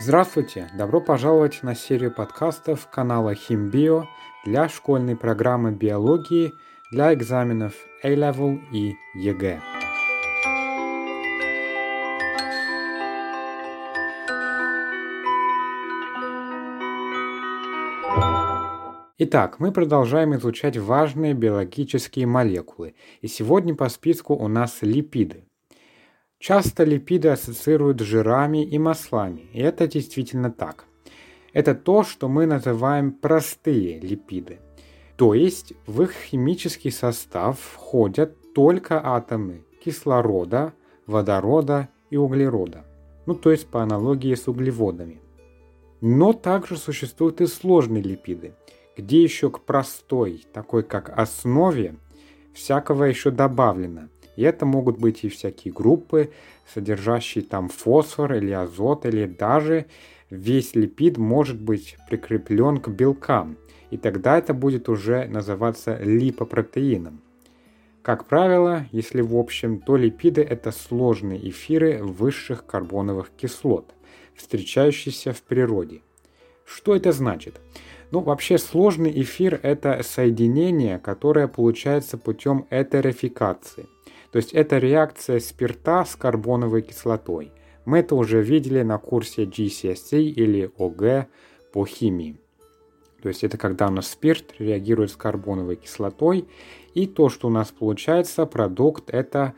Здравствуйте! Добро пожаловать на серию подкастов канала HimBio для школьной программы биологии для экзаменов A-Level и ЕГЭ. Итак, мы продолжаем изучать важные биологические молекулы, и сегодня по списку у нас липиды. Часто липиды ассоциируют с жирами и маслами, и это действительно так. Это то, что мы называем простые липиды. То есть в их химический состав входят только атомы кислорода, водорода и углерода. То есть по аналогии с углеводами. Но также существуют и сложные липиды, где еще к простой, такой как основе, всякого еще добавлено. И это могут быть и всякие группы, содержащие там фосфор или азот, или даже весь липид может быть прикреплен к белкам. И тогда это будет уже называться липопротеином. Как правило, если в общем, то липиды – это сложные эфиры высших карбоновых кислот, встречающиеся в природе. Что это значит? Вообще сложный эфир – это соединение, которое получается путем этерификации. То есть это реакция спирта с карбоновой кислотой. Мы это уже видели на курсе GCSE или ОГЭ по химии. То есть это когда у нас спирт реагирует с карбоновой кислотой, и то, что у нас получается, продукт, это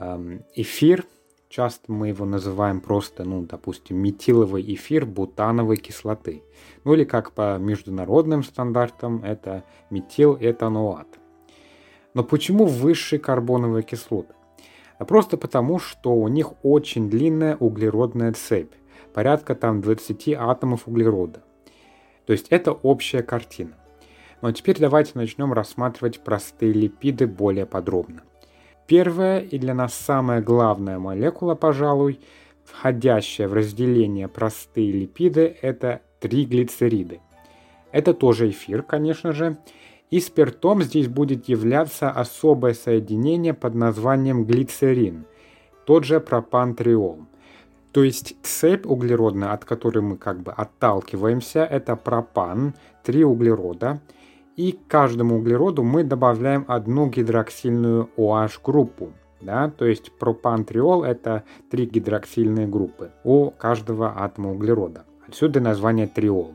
эфир. Часто мы его называем просто, допустим, метиловый эфир бутановой кислоты. Или как по международным стандартам, это метилэтануат. Но почему высшие карбоновые кислоты? Просто потому, что у них очень длинная углеродная цепь, порядка 20 атомов углерода. То есть это общая картина. Но теперь давайте начнем рассматривать простые липиды более подробно. Первая и для нас самая главная молекула, пожалуй, входящая в разделение простые липиды, это триглицериды. Это тоже эфир, конечно же. И спиртом здесь будет являться особое соединение под названием глицерин, тот же пропан-триол. То есть цепь углеродная, от которой мы отталкиваемся, это пропан, 3 углерода. И к каждому углероду мы добавляем одну гидроксильную OH-группу. То есть пропан-триол это 3 гидроксильные группы у каждого атома углерода. Отсюда название триол,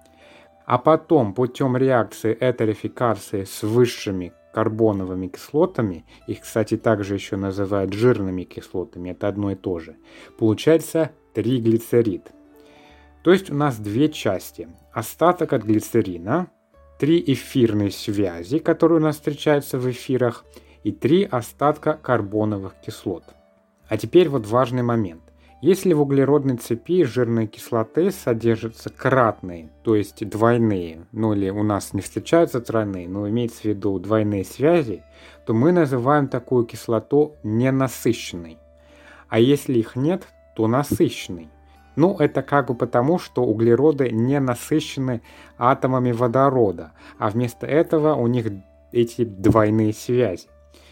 А потом путем реакции этерификации с высшими карбоновыми кислотами, их, кстати, также еще называют жирными кислотами, это одно и то же, получается триглицерид. То есть у нас 2 части. Остаток от глицерина, 3 эфирные связи, которые у нас встречаются в эфирах, и 3 остатка карбоновых кислот. А теперь важный момент. Если в углеродной цепи жирной кислоты содержатся кратные, то есть двойные, или у нас не встречаются тройные, но имеется в виду двойные связи, то мы называем такую кислоту ненасыщенной. А если их нет, то насыщенной. Это потому, что углероды не насыщены атомами водорода, а вместо этого у них эти двойные связи.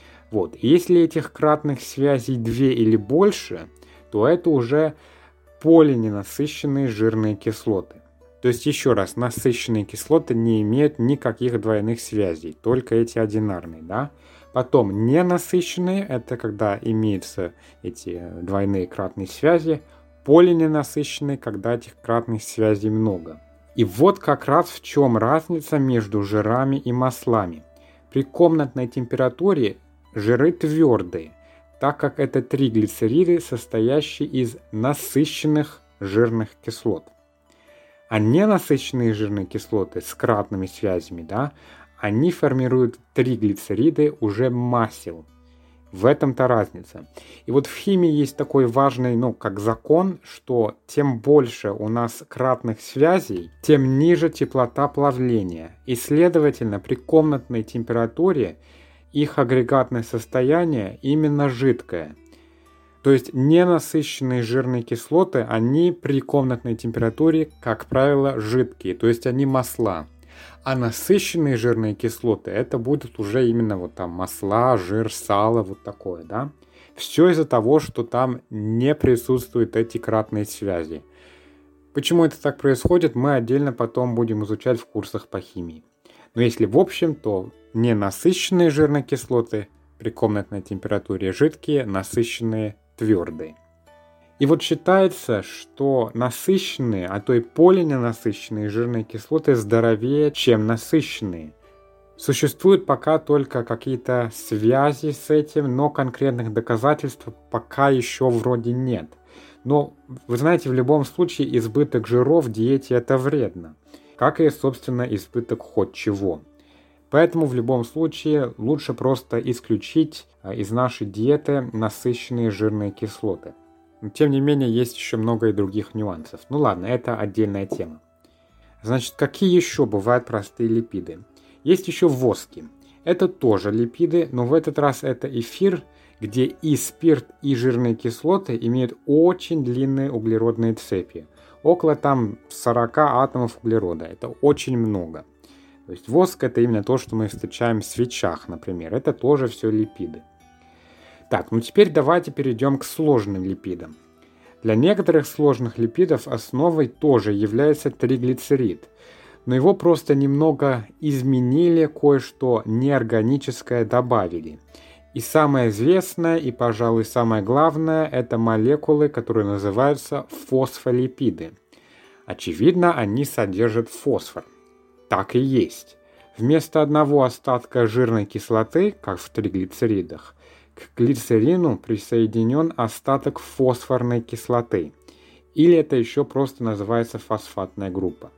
Если этих кратных связей 2 или больше, то это уже полиненасыщенные жирные кислоты. То есть еще раз, насыщенные кислоты не имеют никаких двойных связей, только эти одинарные, Потом ненасыщенные, это когда имеются эти двойные кратные связи, полиненасыщенные, когда этих кратных связей много. И как раз в чем разница между жирами и маслами. При комнатной температуре жиры твердые, так как это триглицериды, состоящие из насыщенных жирных кислот. А ненасыщенные жирные кислоты с кратными связями, они формируют триглицериды уже масел. В этом-то разница. И в химии есть такой важный, как закон, что тем больше у нас кратных связей, тем ниже теплота плавления. И, следовательно, при комнатной температуре их агрегатное состояние именно жидкое. То есть ненасыщенные жирные кислоты, они при комнатной температуре, как правило, жидкие, то есть они масла. А насыщенные жирные кислоты, это будут уже именно масла, жир, сало, такое, Все из-за того, что там не присутствуют эти кратные связи. Почему это так происходит, мы отдельно потом будем изучать в курсах по химии. Но если в общем, то ненасыщенные жирные кислоты при комнатной температуре жидкие, насыщенные твердые. И вот считается, что насыщенные, а то и полиненасыщенные жирные кислоты здоровее, чем насыщенные. Существуют пока только какие-то связи с этим, но конкретных доказательств пока еще вроде нет. Но, вы знаете, в любом случае избыток жиров в диете это вредно, как и, собственно, избыток хоть чего. Поэтому в любом случае лучше просто исключить из нашей диеты насыщенные жирные кислоты. Но, тем не менее, есть еще много и других нюансов. Ну ладно, это отдельная тема. Значит, какие еще бывают простые липиды? Есть еще воски. Это тоже липиды, но в этот раз это эфир, где и спирт, и жирные кислоты имеют очень длинные углеродные цепи. Около там 40 атомов углерода. Это очень много. То есть воск это именно то, что мы встречаем в свечах, например. Это тоже все липиды. Так, ну теперь давайте перейдем к сложным липидам. Для некоторых сложных липидов основой тоже является триглицерид, но его просто немного изменили, кое-что неорганическое добавили. И самое известное и, пожалуй, самое главное, это молекулы, которые называются фосфолипиды. Очевидно, они содержат фосфор. Так и есть. Вместо одного остатка жирной кислоты, как в триглицеридах, к глицерину присоединен остаток фосфорной кислоты. Или это еще просто называется фосфатная группа.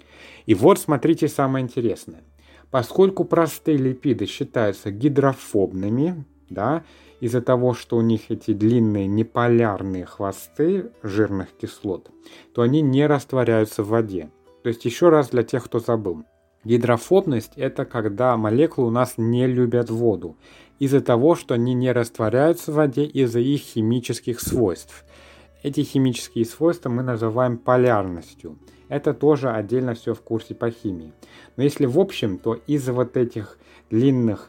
И вот смотрите самое интересное. Поскольку простые липиды считаются гидрофобными, да, из-за того, что у них эти длинные неполярные хвосты жирных кислот, то они не растворяются в воде. То есть еще раз для тех, кто забыл. Гидрофобность – это когда молекулы у нас не любят воду, из-за того, что они не растворяются в воде из-за их химических свойств. Эти химические свойства мы называем полярностью. Это тоже отдельно все в курсе по химии. Но если в общем, то из-за вот этих длинных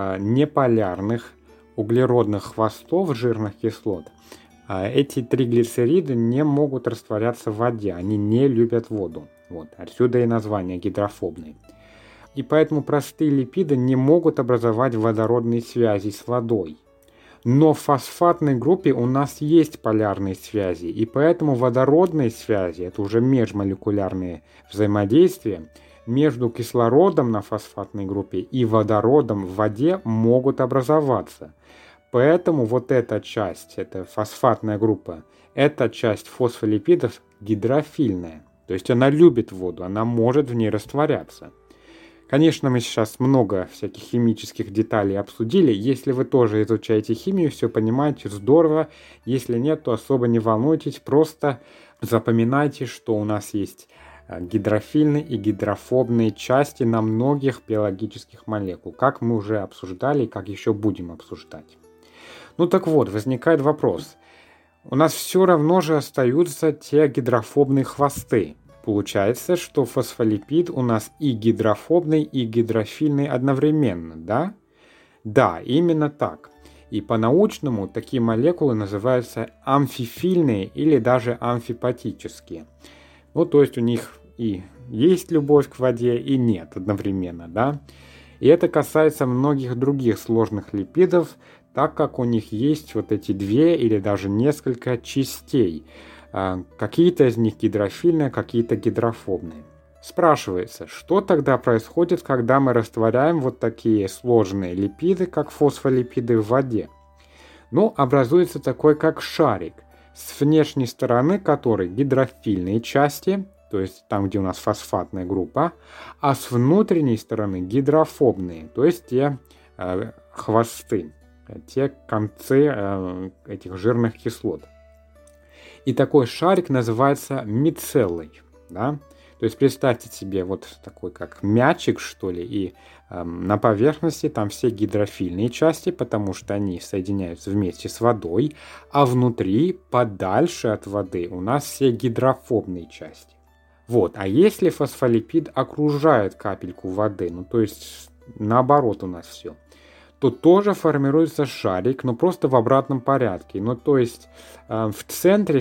неполярных углеродных хвостов жирных кислот эти триглицериды не могут растворяться в воде, они не любят воду. Вот, отсюда и название гидрофобные. И поэтому простые липиды не могут образовать водородные связи с водой. Но в фосфатной группе у нас есть полярные связи, и поэтому водородные связи, это уже межмолекулярные взаимодействия, между кислородом на фосфатной группе и водородом в воде могут образоваться. Поэтому вот эта часть, это фосфатная группа, эта часть фосфолипидов гидрофильная. То есть она любит воду, она может в ней растворяться. Конечно, мы сейчас много всяких химических деталей обсудили. Если вы тоже изучаете химию, все понимаете, здорово. Если нет, то особо не волнуйтесь, просто запоминайте, что у нас есть гидрофильные и гидрофобные части на многих биологических молекул, как мы уже обсуждали и как еще будем обсуждать. Ну так вот, возникает вопрос. У нас все равно же остаются те гидрофобные хвосты. Получается, что фосфолипид у нас и гидрофобный, и гидрофильный одновременно, да? Да, именно так. И по-научному такие молекулы называются амфифильные или даже амфипатические. Ну, то есть у них и есть любовь к воде, и нет одновременно, да? И это касается многих других сложных липидов, так как у них есть вот эти две или даже несколько частей. Какие-то из них гидрофильные, какие-то гидрофобные. Спрашивается, что тогда происходит, когда мы растворяем вот такие сложные липиды, как фосфолипиды в воде? Ну, образуется такой как шарик, с внешней стороны которой гидрофильные части, то есть там, где у нас фосфатная группа, а с внутренней стороны гидрофобные, то есть те хвосты, те концы этих жирных кислот. И такой шарик называется мицеллой, да? То есть представьте себе вот такой как мячик, что ли, и на поверхности там все гидрофильные части, потому что они соединяются вместе с водой, а внутри, подальше от воды, у нас все гидрофобные части. Вот, а если фосфолипид окружает капельку воды, ну то есть наоборот у нас все, то тоже формируется шарик, но просто в обратном порядке. Ну, то есть в центре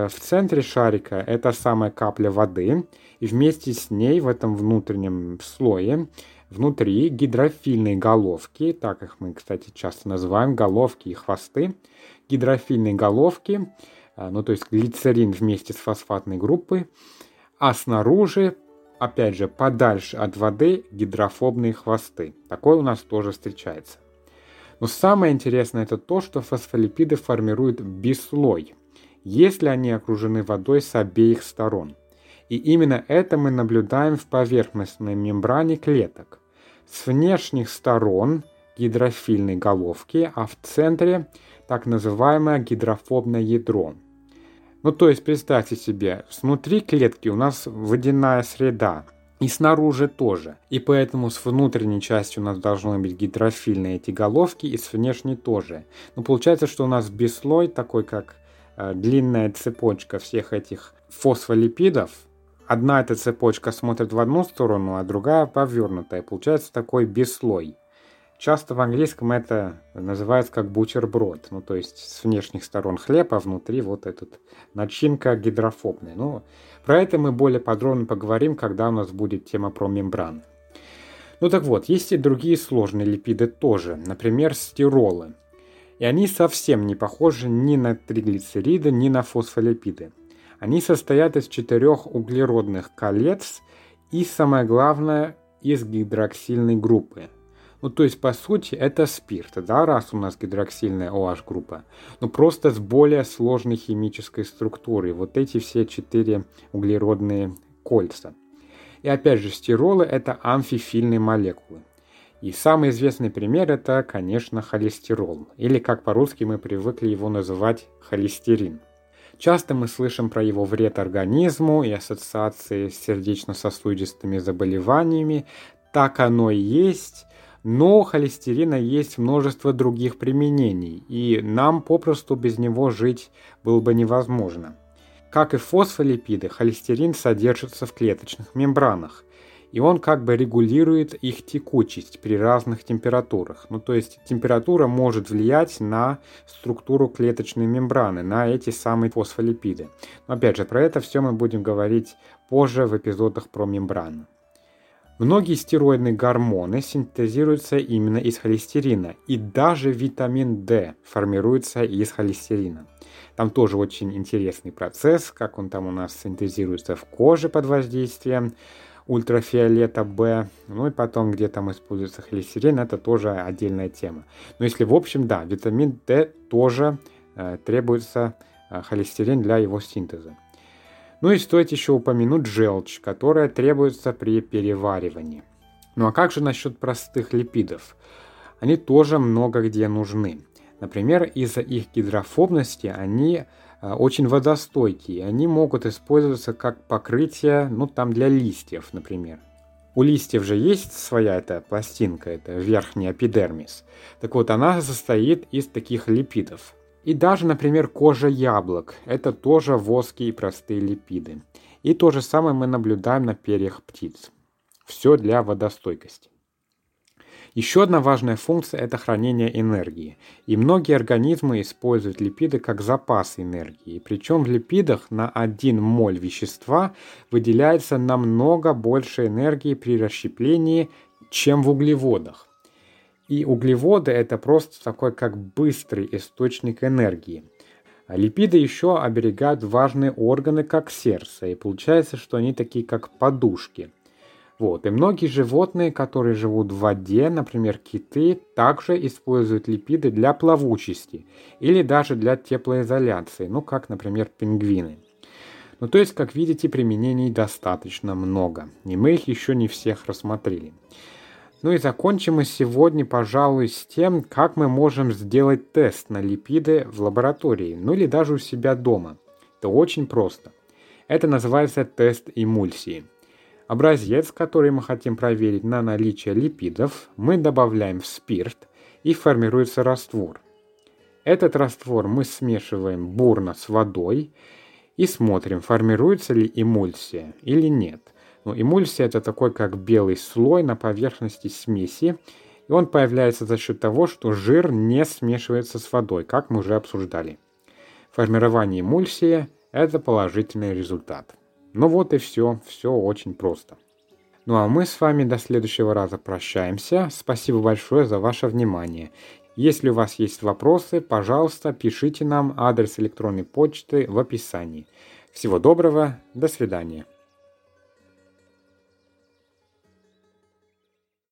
шарика это самая капля воды, и вместе с ней в этом внутреннем слое внутри гидрофильные головки, так их мы, кстати, часто называем, головки и хвосты, гидрофильные головки, ну, то есть глицерин вместе с фосфатной группой, а снаружи, опять же, подальше от воды гидрофобные хвосты. Такое у нас тоже встречается. Но самое интересное это то, что фосфолипиды формируют бислой, если они окружены водой с обеих сторон. И именно это мы наблюдаем в поверхностной мембране клеток. С внешних сторон гидрофильные головки, а в центре так называемое гидрофобное ядро. Ну, то есть, представьте себе, внутри клетки у нас водяная среда, и снаружи тоже. И поэтому с внутренней части у нас должны быть гидрофильные эти головки, и с внешней тоже. Но получается, что у нас бислой, такой как длинная цепочка всех этих фосфолипидов. Одна эта цепочка смотрит в одну сторону, а другая повернутая. Получается такой бислой. Часто в английском это называется как бутерброд, ну то есть с внешних сторон хлеб, а внутри вот этот начинка гидрофобная. Ну, про это мы более подробно поговорим, когда у нас будет тема про мембраны. Ну так вот, есть и другие сложные липиды тоже, например, стиролы. И они совсем не похожи ни на триглицериды, ни на фосфолипиды. Они состоят из 4 углеродных колец и, самое главное, из гидроксильной группы. Ну, то есть, по сути, это спирт, да, раз у нас гидроксильная OH-группа, но просто с более сложной химической структурой. Вот эти все 4 углеродные кольца. И опять же, стиролы – это амфифильные молекулы. И самый известный пример – это, конечно, холестерол, или, как по-русски мы привыкли его называть, холестерин. Часто мы слышим про его вред организму и ассоциации с сердечно-сосудистыми заболеваниями. Так оно и есть. Но у холестерина есть множество других применений, и нам попросту без него жить было бы невозможно. Как и фосфолипиды, холестерин содержится в клеточных мембранах, и он как бы регулирует их текучесть при разных температурах. Ну, то есть температура может влиять на структуру клеточной мембраны, на эти самые фосфолипиды. Но опять же, про это все мы будем говорить позже в эпизодах про мембраны. Многие стероидные гормоны синтезируются именно из холестерина, и даже витамин D формируется из холестерина. Там тоже очень интересный процесс, как он там у нас синтезируется в коже под воздействием ультрафиолета B, ну и потом, где там используется холестерин, это тоже отдельная тема. Но если в общем, да, витамин D тоже требуется холестерин для его синтеза. Ну и стоит еще упомянуть желчь, которая требуется при переваривании. Ну а как же насчет простых липидов? Они тоже много где нужны. Например, из-за их гидрофобности они очень водостойкие. Они могут использоваться как покрытие, ну там для листьев, например. У листьев же есть своя эта пластинка, это верхний эпидермис. Так вот, она состоит из таких липидов. И даже, например, кожа яблок – это тоже воски и простые липиды. И то же самое мы наблюдаем на перьях птиц. Все для водостойкости. Еще одна важная функция – это хранение энергии. И многие организмы используют липиды как запас энергии. Причем в липидах на 1 моль вещества выделяется намного больше энергии при расщеплении, чем в углеводах. И углеводы – это просто такой как быстрый источник энергии. А липиды еще оберегают важные органы, как сердце. И получается, что они такие как подушки. Вот. И многие животные, которые живут в воде, например, киты, также используют липиды для плавучести или даже для теплоизоляции, ну как, например, пингвины. Ну то есть, как видите, применений достаточно много, и мы их еще не всех рассмотрели. Ну и закончим мы сегодня, пожалуй, с тем, как мы можем сделать тест на липиды в лаборатории, ну или даже у себя дома. Это очень просто. Это называется тест эмульсии. Образец, который мы хотим проверить на наличие липидов, мы добавляем в спирт и формируется раствор. Этот раствор мы смешиваем бурно с водой и смотрим, формируется ли эмульсия или нет. Но эмульсия – это такой как белый слой на поверхности смеси, И он появляется за счет того, что жир не смешивается с водой, как мы уже обсуждали. Формирование эмульсии – это положительный результат. Ну вот и все очень просто. Ну а мы с вами до следующего раза прощаемся. Спасибо большое за ваше внимание. Если у вас есть вопросы, пожалуйста, пишите нам, адрес электронной почты в описании. Всего доброго, до свидания.